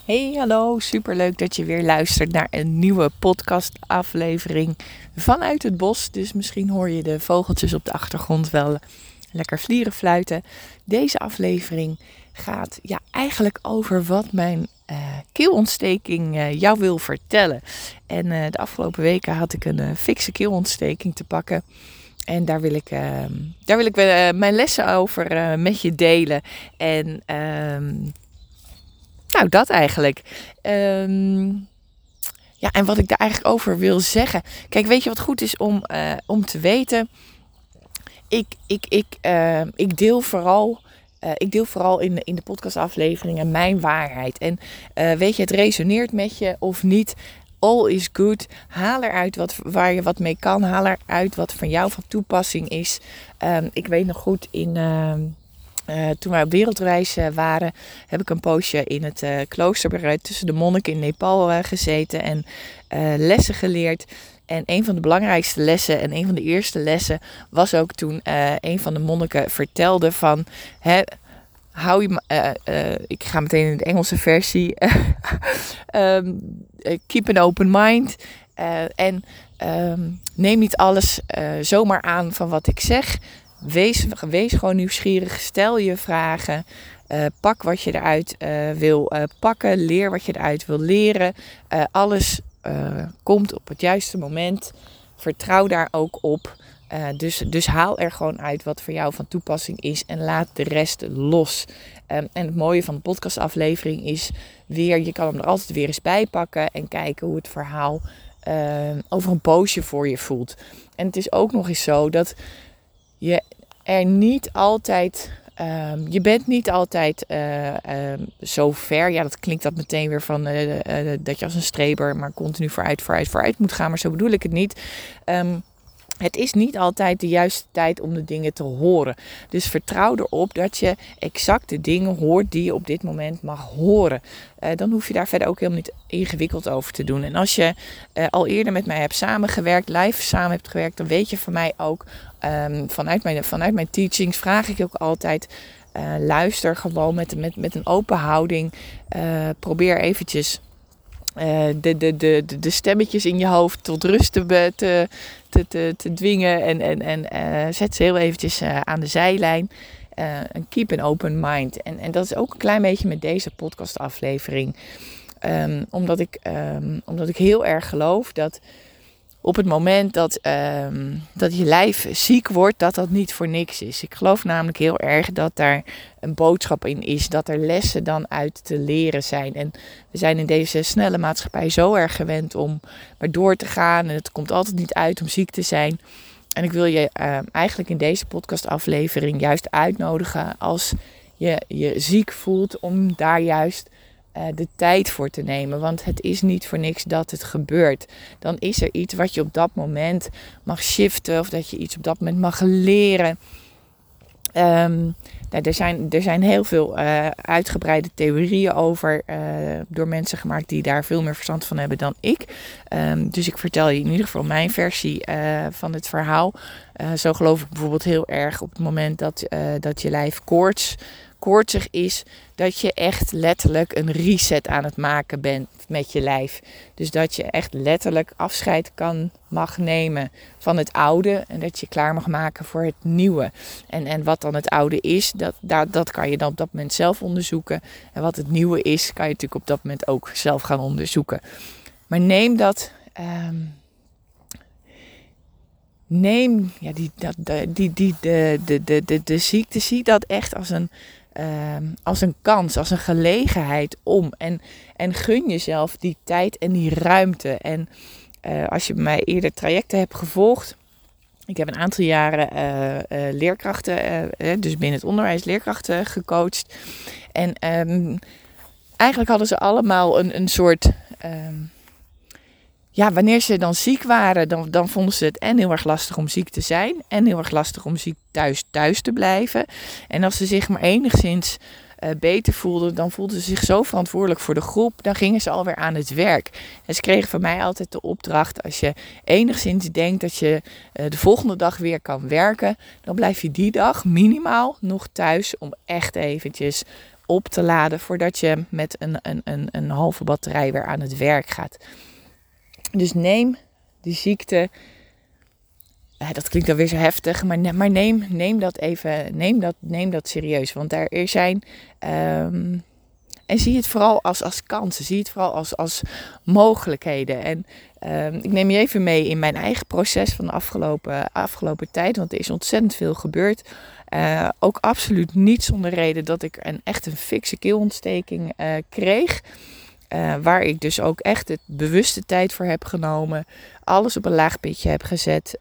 Hey, hallo. Superleuk dat je weer luistert naar een nieuwe podcastaflevering vanuit het bos. Dus misschien hoor je de vogeltjes op de achtergrond wel lekker vlieren fluiten. Deze aflevering gaat eigenlijk over wat mijn keelontsteking jou wil vertellen. En de afgelopen weken had ik een fikse keelontsteking te pakken. En daar wil ik mijn lessen over met je delen. En nou, dat eigenlijk. En wat ik daar eigenlijk over wil zeggen. Kijk, weet je wat goed is om te weten? Ik deel vooral in de podcastafleveringen mijn waarheid. En weet je, het resoneert met je of niet. All is good. Haal eruit waar je wat mee kan. Haal eruit wat van jou van toepassing is. Ik weet nog goed toen wij op wereldreis waren, heb ik een poosje in het klooster tussen de monniken in Nepal gezeten en lessen geleerd. En een van de belangrijkste lessen en een van de eerste lessen was ook toen een van de monniken vertelde van... ik ga meteen in de Engelse versie. Keep an open mind. Neem niet alles zomaar aan van wat ik zeg. Wees gewoon nieuwsgierig. Stel je vragen. Pak wat je eruit wil pakken. Leer wat je eruit wil leren. Alles komt op het juiste moment. Vertrouw daar ook op. Dus haal er gewoon uit wat voor jou van toepassing is. En laat de rest los. En het mooie van de podcastaflevering is weer... Je kan hem er altijd weer eens bij pakken. En kijken hoe het verhaal over een poosje voor je voelt. En het is ook nog eens zo dat... je bent niet altijd zo ver. Ja, dat klinkt dat meteen weer van dat je als een streber maar continu vooruit moet gaan. Maar zo bedoel ik het niet. Het is niet altijd de juiste tijd om de dingen te horen. Dus vertrouw erop dat je exact de dingen hoort die je op dit moment mag horen. Dan hoef je daar verder ook helemaal niet ingewikkeld over te doen. En als je al eerder met mij hebt samengewerkt, live samen hebt gewerkt, dan weet je van mij ook, vanuit mijn teachings vraag ik ook altijd... luister gewoon met een open houding. Probeer eventjes... de stemmetjes in je hoofd tot rust te dwingen en zet ze heel eventjes aan de zijlijn. En keep an open mind. En dat is ook een klein beetje met deze podcastaflevering. Omdat ik heel erg geloof dat op het moment dat je lijf ziek wordt, dat niet voor niks is. Ik geloof namelijk heel erg dat daar een boodschap in is. Dat er lessen dan uit te leren zijn. En we zijn in deze snelle maatschappij zo erg gewend om maar door te gaan. En het komt altijd niet uit om ziek te zijn. En ik wil je eigenlijk in deze podcastaflevering juist uitnodigen als je je ziek voelt om daar juist de tijd voor te nemen. Want het is niet voor niks dat het gebeurt. Dan is er iets wat je op dat moment mag shiften. Of dat je iets op dat moment mag leren. Er zijn heel veel uitgebreide theorieën over. Door mensen gemaakt die daar veel meer verstand van hebben dan ik. Dus ik vertel je in ieder geval mijn versie van het verhaal. Zo geloof ik bijvoorbeeld heel erg op het moment dat je lijf koortsig is, dat je echt letterlijk een reset aan het maken bent met je lijf. Dus dat je echt letterlijk afscheid mag nemen van het oude en dat je klaar mag maken voor het nieuwe. En wat dan het oude is, dat kan je dan op dat moment zelf onderzoeken. En wat het nieuwe is, kan je natuurlijk op dat moment ook zelf gaan onderzoeken. Maar neem dat... de ziekte, zie dat echt als een kans, als een gelegenheid om. En gun jezelf die tijd en die ruimte. En als je bij mij eerder trajecten hebt gevolgd. Ik heb een aantal jaren leerkrachten, dus binnen het onderwijs leerkrachten gecoacht. En eigenlijk hadden ze allemaal een soort... wanneer ze dan ziek waren, dan vonden ze het en heel erg lastig om ziek te zijn. En heel erg lastig om ziek thuis te blijven. En als ze zich maar enigszins beter voelden, dan voelden ze zich zo verantwoordelijk voor de groep. Dan gingen ze alweer aan het werk. En ze kregen van mij altijd de opdracht, als je enigszins denkt dat je de volgende dag weer kan werken, dan blijf je die dag minimaal nog thuis om echt eventjes op te laden voordat je met een halve batterij weer aan het werk gaat. Dus neem die ziekte, dat klinkt dan weer zo heftig, maar neem dat even, neem dat serieus. Want er zijn, en zie het vooral als kansen, zie het vooral als mogelijkheden. En ik neem je even mee in mijn eigen proces van de afgelopen tijd, want er is ontzettend veel gebeurd. Ook absoluut niet zonder reden dat ik echt een fikse keelontsteking kreeg. Waar ik dus ook echt het bewuste tijd voor heb genomen. Alles op een laag pitje heb gezet.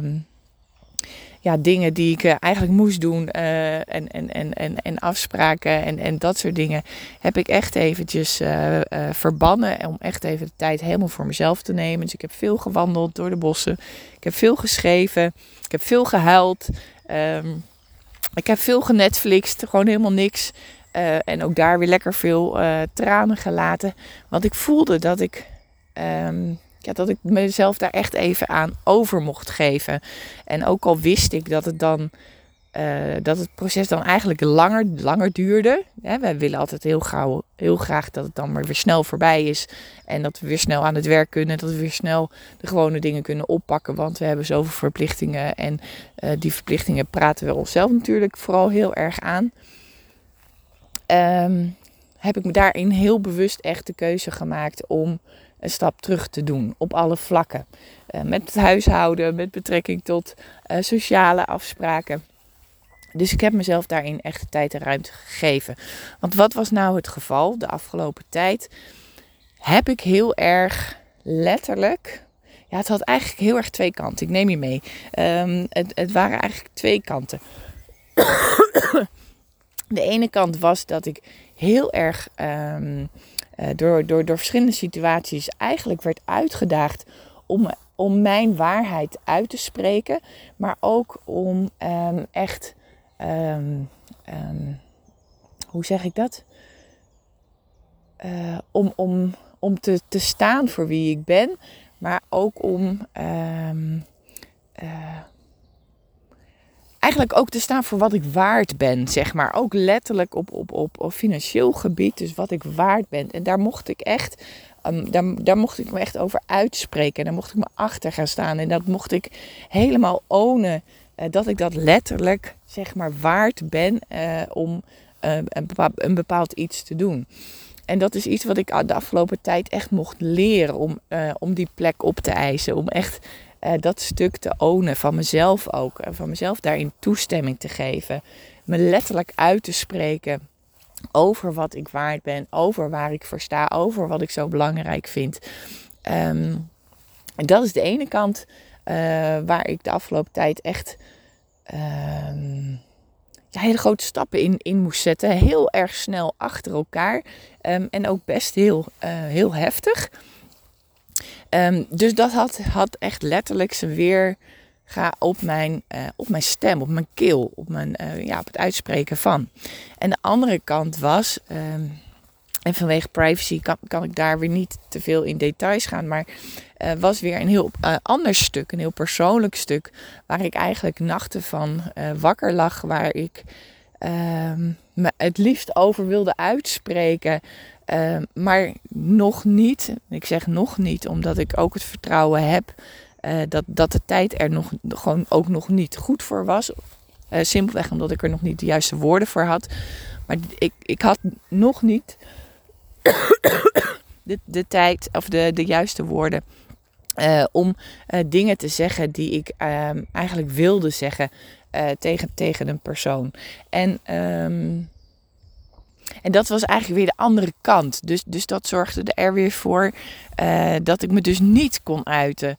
Dingen die ik eigenlijk moest doen. En afspraken en dat soort dingen. Heb ik echt eventjes verbannen. Om echt even de tijd helemaal voor mezelf te nemen. Dus ik heb veel gewandeld door de bossen. Ik heb veel geschreven. Ik heb veel gehuild. Ik heb veel genetflixt. Gewoon helemaal niks. En ook daar weer lekker veel tranen gelaten. Want ik voelde dat ik mezelf daar echt even aan over mocht geven. En ook al wist ik dat het proces dan eigenlijk langer duurde. Wij willen altijd heel graag dat het dan maar weer snel voorbij is. En dat we weer snel aan het werk kunnen. Dat we weer snel de gewone dingen kunnen oppakken. Want we hebben zoveel verplichtingen. En die verplichtingen praten we onszelf natuurlijk vooral heel erg aan. Heb ik me daarin heel bewust echt de keuze gemaakt om een stap terug te doen op alle vlakken. Met het huishouden, met betrekking tot sociale afspraken. Dus ik heb mezelf daarin echt de tijd en ruimte gegeven. Want wat was nou het geval de afgelopen tijd? Heb ik heel erg letterlijk... Ja, het had eigenlijk heel erg twee kanten. Ik neem je mee. Het waren eigenlijk twee kanten. De ene kant was dat ik heel erg door verschillende situaties eigenlijk werd uitgedaagd om mijn waarheid uit te spreken. Maar ook om echt, hoe zeg ik dat? Om te staan voor wie ik ben. Maar ook om... eigenlijk ook te staan voor wat ik waard ben, zeg maar. Ook letterlijk op financieel gebied, dus wat ik waard ben. En daar mocht ik echt, daar mocht ik me echt over uitspreken. En daar mocht ik me achter gaan staan. En dat mocht ik helemaal ownen, dat ik dat letterlijk, zeg maar, waard ben om een bepaald iets te doen. En dat is iets wat ik de afgelopen tijd echt mocht leren om die plek op te eisen. Om echt... dat stuk te ownen van mezelf ook. En van mezelf daarin toestemming te geven. Me letterlijk uit te spreken over wat ik waard ben. Over waar ik voor sta. Over wat ik zo belangrijk vind. En dat is de ene kant waar ik de afgelopen tijd echt hele grote stappen in moest zetten. Heel erg snel achter elkaar. En ook best heel heftig. Dus dat had echt letterlijk zijn weerga op mijn stem, op mijn keel, op het uitspreken van. En de andere kant was, en vanwege privacy kan ik daar weer niet te veel in details gaan, maar was weer een heel ander stuk, een heel persoonlijk stuk, waar ik eigenlijk nachten van wakker lag, waar ik me het liefst over wilde uitspreken. Maar nog niet, ik zeg nog niet, omdat ik ook het vertrouwen heb dat de tijd er ook nog niet goed voor was. Simpelweg omdat ik er nog niet de juiste woorden voor had. Maar ik had nog niet de tijd of de juiste woorden om dingen te zeggen die ik eigenlijk wilde zeggen tegen een persoon. En dat was eigenlijk weer de andere kant. Dus dat zorgde er weer voor dat ik me dus niet kon uiten.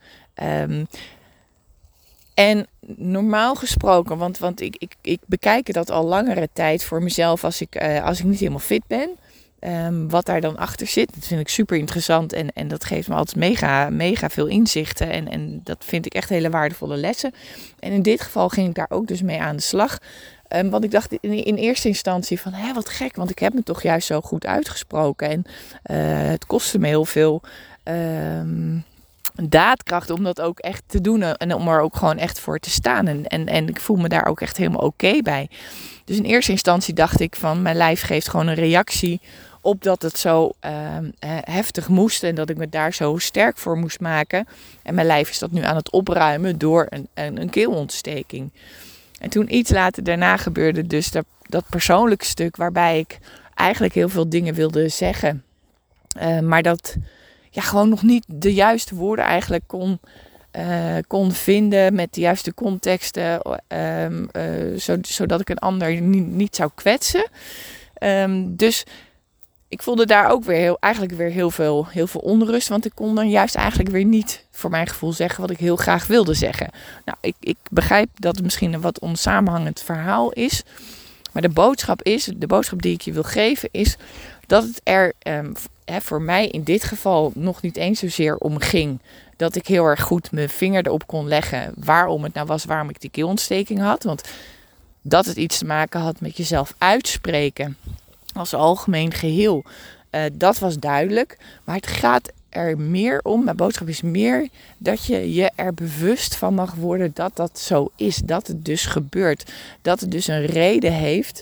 En normaal gesproken, want ik bekijk dat al langere tijd voor mezelf als ik niet helemaal fit ben. Wat daar dan achter zit, dat vind ik super interessant. En dat geeft me altijd mega veel inzichten. En dat vind ik echt hele waardevolle lessen. En in dit geval ging ik daar ook dus mee aan de slag. Want ik dacht in eerste instantie van, wat gek, want ik heb me toch juist zo goed uitgesproken. En het kostte me heel veel daadkracht om dat ook echt te doen. En om er ook gewoon echt voor te staan. En ik voel me daar ook echt helemaal oké bij. Dus in eerste instantie dacht ik van mijn lijf geeft gewoon een reactie op dat het zo heftig moest. En dat ik me daar zo sterk voor moest maken. En mijn lijf is dat nu aan het opruimen door een keelontsteking. En toen iets later daarna gebeurde dus dat persoonlijke stuk waarbij ik eigenlijk heel veel dingen wilde zeggen. Maar dat gewoon nog niet de juiste woorden eigenlijk kon vinden met de juiste contexten. Zodat ik een ander niet zou kwetsen. Dus ik voelde daar ook weer heel veel onrust. Want ik kon dan juist eigenlijk weer niet voor mijn gevoel zeggen wat ik heel graag wilde zeggen. Nou, ik begrijp dat het misschien een wat onsamenhangend verhaal is. Maar de boodschap die ik je wil geven is dat het er voor mij in dit geval nog niet eens zozeer om ging. Dat ik heel erg goed mijn vinger erop kon leggen waarom het nou was, waarom ik die keelontsteking had. Want dat het iets te maken had met jezelf uitspreken als algemeen geheel, dat was duidelijk. Maar het gaat er meer om, mijn boodschap is meer dat je je er bewust van mag worden dat dat zo is. Dat het dus gebeurt. Dat het dus een reden heeft.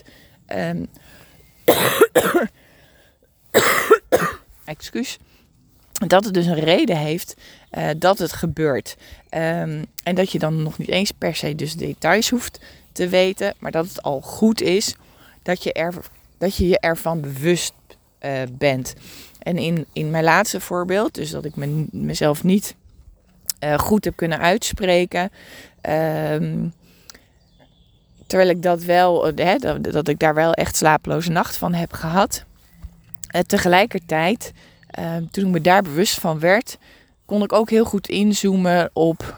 Excuus. Dat het dus een reden heeft dat het gebeurt. En dat je dan nog niet eens per se dus details hoeft te weten. Maar dat het al goed is dat je je ervan bewust bent. En in mijn laatste voorbeeld, dus dat ik mezelf niet goed heb kunnen uitspreken. Terwijl ik dat wel, dat ik daar wel echt slapeloze nacht van heb gehad. Tegelijkertijd, toen ik me daar bewust van werd, kon ik ook heel goed inzoomen op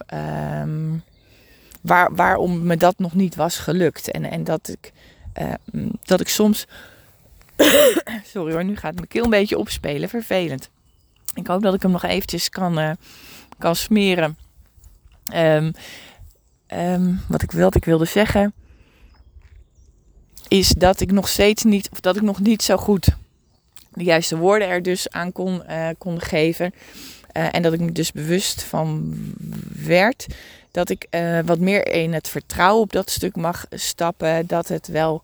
waarom me dat nog niet was gelukt. En dat ik soms... Sorry hoor, nu gaat mijn keel een beetje opspelen. Vervelend. Ik hoop dat ik hem nog eventjes kan smeren. Wat ik wilde zeggen is dat ik nog steeds niet, of dat ik nog niet zo goed de juiste woorden er dus aan kon geven. En dat ik me dus bewust van werd dat ik wat meer in het vertrouwen op dat stuk mag stappen. Dat het wel...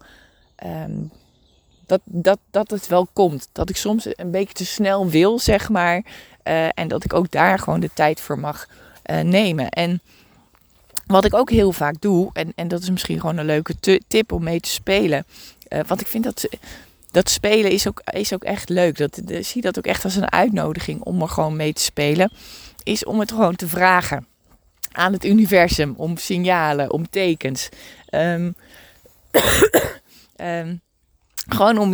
Dat het wel komt. Dat ik soms een beetje te snel wil, zeg maar. En dat ik ook daar gewoon de tijd voor mag nemen. En wat ik ook heel vaak doe, en dat is misschien gewoon een leuke tip om mee te spelen. Want ik vind dat spelen is ook echt leuk. Zie dat ook echt als een uitnodiging om er gewoon mee te spelen. Is om het gewoon te vragen aan het universum. Om signalen, om tekens. Gewoon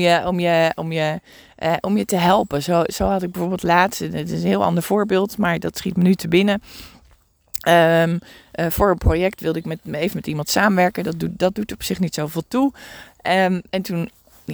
om je te helpen. Zo had ik bijvoorbeeld laatst, het is een heel ander voorbeeld, maar dat schiet me nu te binnen. Voor een project wilde ik even met iemand samenwerken. Dat doet op zich niet zoveel toe. En toen,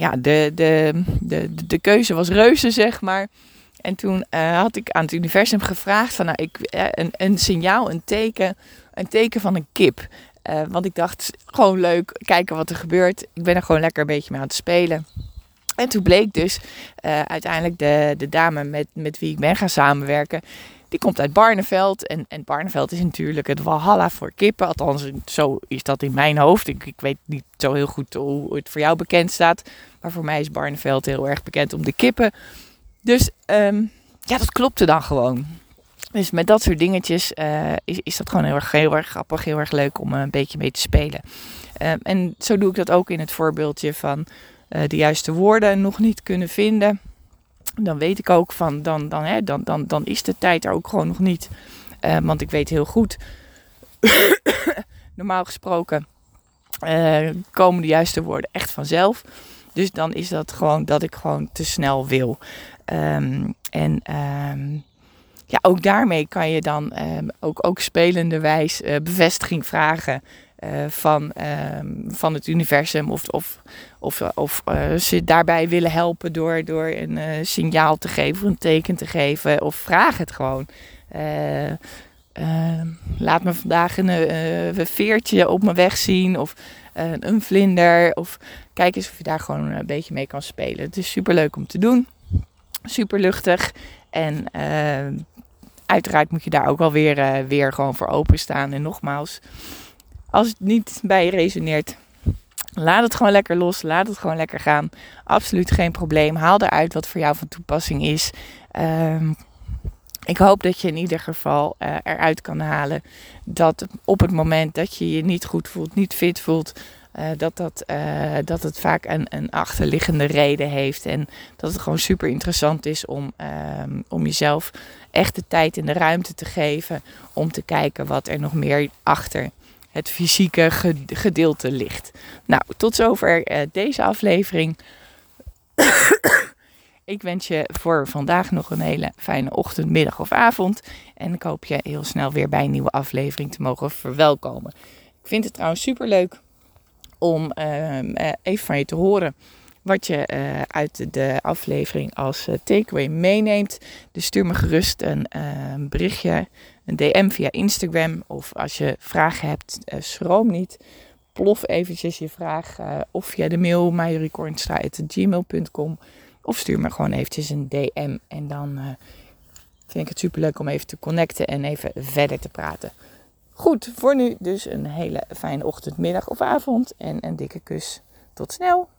de keuze was reuze, zeg maar. En toen had ik aan het universum gevraagd van, een signaal, een teken van een kip. Want ik dacht, gewoon leuk, kijken wat er gebeurt. Ik ben er gewoon lekker een beetje mee aan het spelen. En toen bleek dus uiteindelijk de dame met wie ik ben gaan samenwerken. Die komt uit Barneveld. En Barneveld is natuurlijk het walhalla voor kippen. Althans, zo is dat in mijn hoofd. Ik weet niet zo heel goed hoe het voor jou bekend staat. Maar voor mij is Barneveld heel erg bekend om de kippen. Dus dat klopte dan gewoon. Dus met dat soort dingetjes is dat gewoon heel erg grappig, heel erg leuk om een beetje mee te spelen. En zo doe ik dat ook in het voorbeeldje van de juiste woorden nog niet kunnen vinden. Dan weet ik ook van, dan is de tijd er ook gewoon nog niet. Want ik weet heel goed, normaal gesproken komen de juiste woorden echt vanzelf. Dus dan is dat gewoon dat ik gewoon te snel wil. Ook daarmee kan je dan ook spelenderwijs bevestiging vragen van het universum. Of ze daarbij willen helpen door een signaal te geven of een teken te geven. Of vraag het gewoon. Laat me vandaag een veertje op mijn weg zien. Of een vlinder. Of kijk eens of je daar gewoon een beetje mee kan spelen. Het is super leuk om te doen. Super luchtig. En uiteraard moet je daar ook wel weer gewoon voor openstaan. En nogmaals, als het niet bij je resoneert, laat het gewoon lekker los. Laat het gewoon lekker gaan. Absoluut geen probleem. Haal eruit wat voor jou van toepassing is. Ik hoop dat je in ieder geval eruit kan halen dat op het moment dat je je niet goed voelt, niet fit voelt, dat het vaak een achterliggende reden heeft. En dat het gewoon super interessant is om jezelf echt de tijd en de ruimte te geven om te kijken wat er nog meer achter het fysieke gedeelte ligt. Nou, tot zover deze aflevering. Ik wens je voor vandaag nog een hele fijne ochtend, middag of avond. En ik hoop je heel snel weer bij een nieuwe aflevering te mogen verwelkomen. Ik vind het trouwens super leuk om even van je te horen wat je uit de aflevering als takeaway meeneemt. Dus stuur me gerust een berichtje, een DM via Instagram. Of als je vragen hebt, schroom niet. Plof eventjes je vraag of via de mail marjoriekornstra@gmail.com. Of stuur me gewoon eventjes een DM. En dan vind ik het superleuk om even te connecten en even verder te praten. Goed, voor nu dus een hele fijne ochtend, middag of avond. En een dikke kus. Tot snel!